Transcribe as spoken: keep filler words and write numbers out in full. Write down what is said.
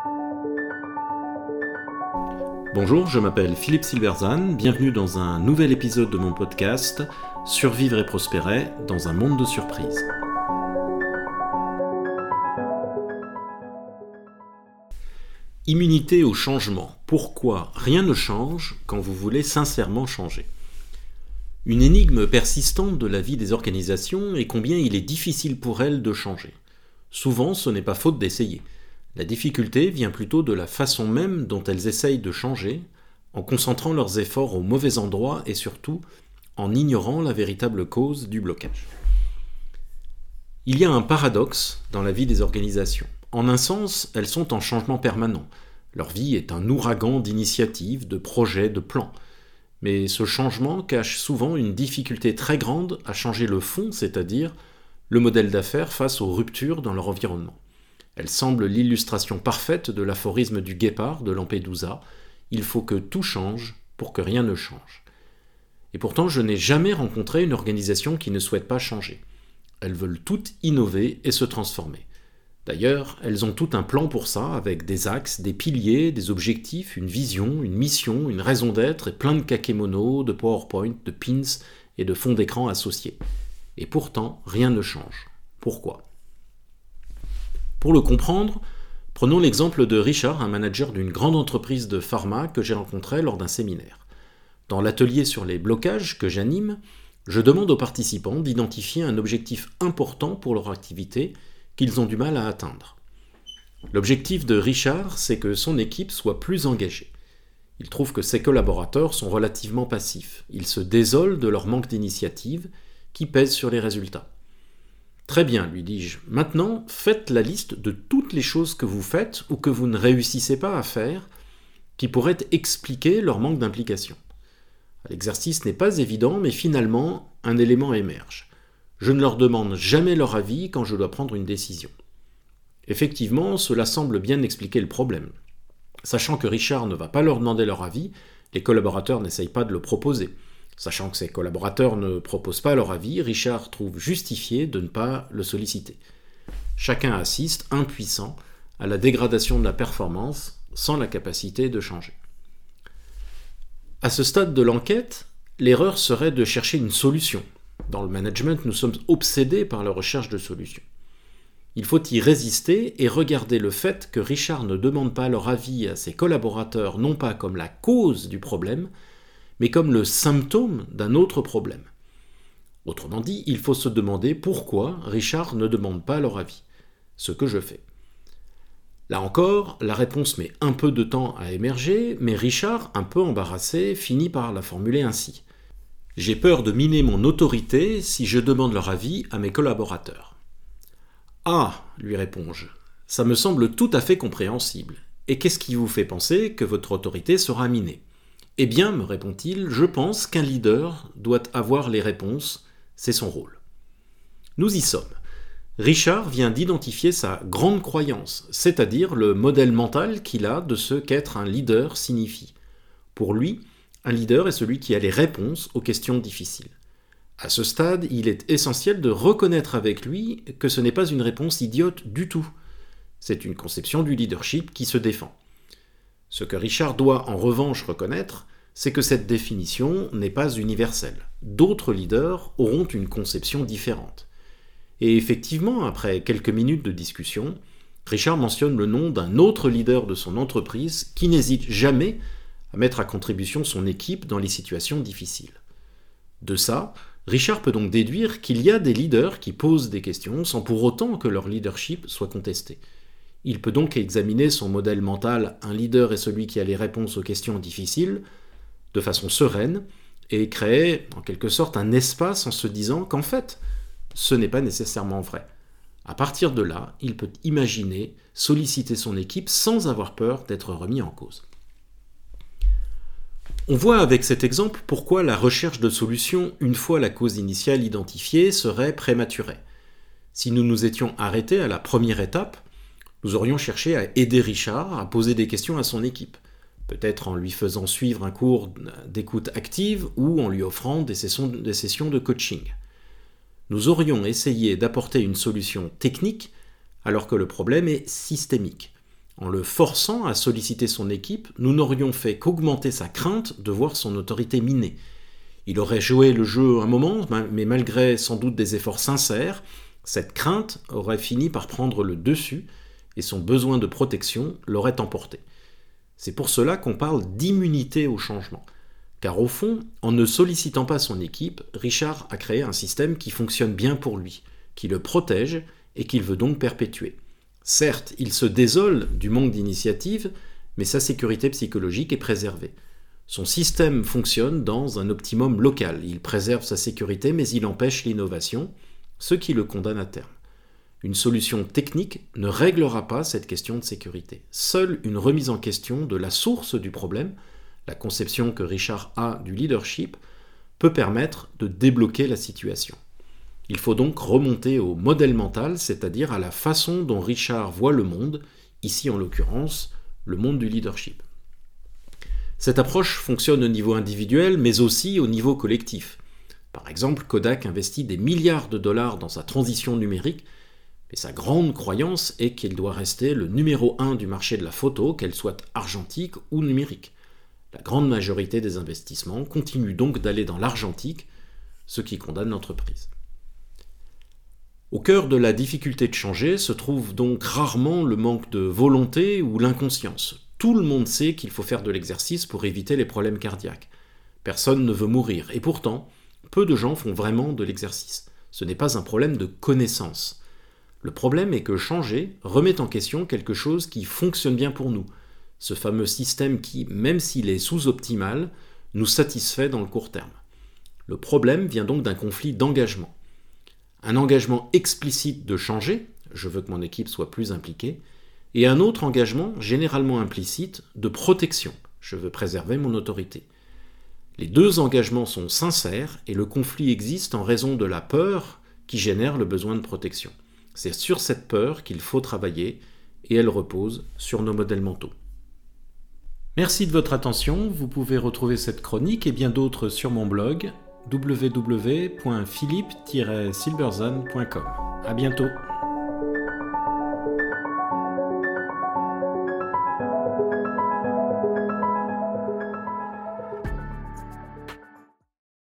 Bonjour, je m'appelle Philippe Silverzan, bienvenue dans un nouvel épisode de mon podcast « Survivre et prospérer dans un monde de surprises ». Immunité au changement. Pourquoi rien ne change quand vous voulez sincèrement changer ? Une énigme persistante de la vie des organisations est combien il est difficile pour elles de changer. Souvent, ce n'est pas faute d'essayer. La difficulté vient plutôt de la façon même dont elles essayent de changer, en concentrant leurs efforts au mauvais endroit et surtout en ignorant la véritable cause du blocage. Il y a un paradoxe dans la vie des organisations. En un sens, elles sont en changement permanent. Leur vie est un ouragan d'initiatives, de projets, de plans. Mais ce changement cache souvent une difficulté très grande à changer le fond, c'est-à-dire le modèle d'affaires face aux ruptures dans leur environnement. Elle semble l'illustration parfaite de l'aphorisme du guépard de Lampedusa « Il faut que tout change pour que rien ne change ». Et pourtant, je n'ai jamais rencontré une organisation qui ne souhaite pas changer. Elles veulent toutes innover et se transformer. D'ailleurs, elles ont tout un plan pour ça, avec des axes, des piliers, des objectifs, une vision, une mission, une raison d'être et plein de kakémonos, de PowerPoint, de pins et de fonds d'écran associés. Et pourtant, rien ne change. Pourquoi ? Pour le comprendre, prenons l'exemple de Richard, un manager d'une grande entreprise de pharma que j'ai rencontré lors d'un séminaire. Dans l'atelier sur les blocages que j'anime, je demande aux participants d'identifier un objectif important pour leur activité qu'ils ont du mal à atteindre. L'objectif de Richard, c'est que son équipe soit plus engagée. Il trouve que ses collaborateurs sont relativement passifs. Il se désole de leur manque d'initiative qui pèse sur les résultats. Très bien, lui dis-je. Maintenant, faites la liste de toutes les choses que vous faites ou que vous ne réussissez pas à faire qui pourraient expliquer leur manque d'implication. L'exercice n'est pas évident, mais finalement, un élément émerge. Je ne leur demande jamais leur avis quand je dois prendre une décision. Effectivement, cela semble bien expliquer le problème. Sachant que Richard ne va pas leur demander leur avis, les collaborateurs n'essayent pas de le proposer. Sachant que ses collaborateurs ne proposent pas leur avis, Richard trouve justifié de ne pas le solliciter. Chacun assiste, impuissant, à la dégradation de la performance, sans la capacité de changer. À ce stade de l'enquête, l'erreur serait de chercher une solution. Dans le management, nous sommes obsédés par la recherche de solutions. Il faut y résister et regarder le fait que Richard ne demande pas leur avis à ses collaborateurs non pas comme la cause du problème, mais comme le symptôme d'un autre problème. Autrement dit, il faut se demander pourquoi Richard ne demande pas leur avis, ce que je fais. Là encore, la réponse met un peu de temps à émerger, mais Richard, un peu embarrassé, finit par la formuler ainsi. « J'ai peur de miner mon autorité si je demande leur avis à mes collaborateurs. »« Ah, lui réponds-je, ça me semble tout à fait compréhensible. Et qu'est-ce qui vous fait penser que votre autorité sera minée ? » « Eh bien, me répond-il, je pense qu'un leader doit avoir les réponses, c'est son rôle. » Nous y sommes. Richard vient d'identifier sa grande croyance, c'est-à-dire le modèle mental qu'il a de ce qu'être un leader signifie. Pour lui, un leader est celui qui a les réponses aux questions difficiles. À ce stade, il est essentiel de reconnaître avec lui que ce n'est pas une réponse idiote du tout. C'est une conception du leadership qui se défend. Ce que Richard doit en revanche reconnaître, c'est que cette définition n'est pas universelle. D'autres leaders auront une conception différente. Et effectivement, après quelques minutes de discussion, Richard mentionne le nom d'un autre leader de son entreprise qui n'hésite jamais à mettre à contribution son équipe dans les situations difficiles. De ça, Richard peut donc déduire qu'il y a des leaders qui posent des questions sans pour autant que leur leadership soit contesté. Il peut donc examiner son modèle mental « un leader est celui qui a les réponses aux questions difficiles » de façon sereine et créer en quelque sorte un espace en se disant qu'en fait, ce n'est pas nécessairement vrai. À partir de là, il peut imaginer solliciter son équipe sans avoir peur d'être remis en cause. On voit avec cet exemple pourquoi la recherche de solutions, une fois la cause initiale identifiée, serait prématurée. Si nous nous étions arrêtés à la première étape, nous aurions cherché à aider Richard à poser des questions à son équipe, peut-être en lui faisant suivre un cours d'écoute active ou en lui offrant des sessions, des sessions de coaching. Nous aurions essayé d'apporter une solution technique alors que le problème est systémique. En le forçant à solliciter son équipe, nous n'aurions fait qu'augmenter sa crainte de voir son autorité minée. Il aurait joué le jeu un moment, mais malgré sans doute des efforts sincères, cette crainte aurait fini par prendre le dessus et son besoin de protection l'aurait emporté. C'est pour cela qu'on parle d'immunité au changement. Car au fond, en ne sollicitant pas son équipe, Richard a créé un système qui fonctionne bien pour lui, qui le protège et qu'il veut donc perpétuer. Certes, il se désole du manque d'initiative, mais sa sécurité psychologique est préservée. Son système fonctionne dans un optimum local. Il préserve sa sécurité, mais il empêche l'innovation, ce qui le condamne à terme. Une solution technique ne réglera pas cette question de sécurité. Seule une remise en question de la source du problème, la conception que Richard a du leadership, peut permettre de débloquer la situation. Il faut donc remonter au modèle mental, c'est-à-dire à la façon dont Richard voit le monde, ici en l'occurrence, le monde du leadership. Cette approche fonctionne au niveau individuel, mais aussi au niveau collectif. Par exemple, Kodak investit des milliards de dollars dans sa transition numérique, mais sa grande croyance est qu'il doit rester le numéro un du marché de la photo, qu'elle soit argentique ou numérique. La grande majorité des investissements continue donc d'aller dans l'argentique, ce qui condamne l'entreprise. Au cœur de la difficulté de changer se trouve donc rarement le manque de volonté ou l'inconscience. Tout le monde sait qu'il faut faire de l'exercice pour éviter les problèmes cardiaques. Personne ne veut mourir, et pourtant, peu de gens font vraiment de l'exercice. Ce n'est pas un problème de connaissance. Le problème est que changer remet en question quelque chose qui fonctionne bien pour nous, ce fameux système qui, même s'il est sous-optimal, nous satisfait dans le court terme. Le problème vient donc d'un conflit d'engagement. Un engagement explicite de changer, je veux que mon équipe soit plus impliquée, et un autre engagement, généralement implicite, de protection, je veux préserver mon autorité. Les deux engagements sont sincères et le conflit existe en raison de la peur qui génère le besoin de protection. C'est sur cette peur qu'il faut travailler et elle repose sur nos modèles mentaux. Merci de votre attention, vous pouvez retrouver cette chronique et bien d'autres sur mon blog w w w point philippe tiret silberzan point com. À bientôt.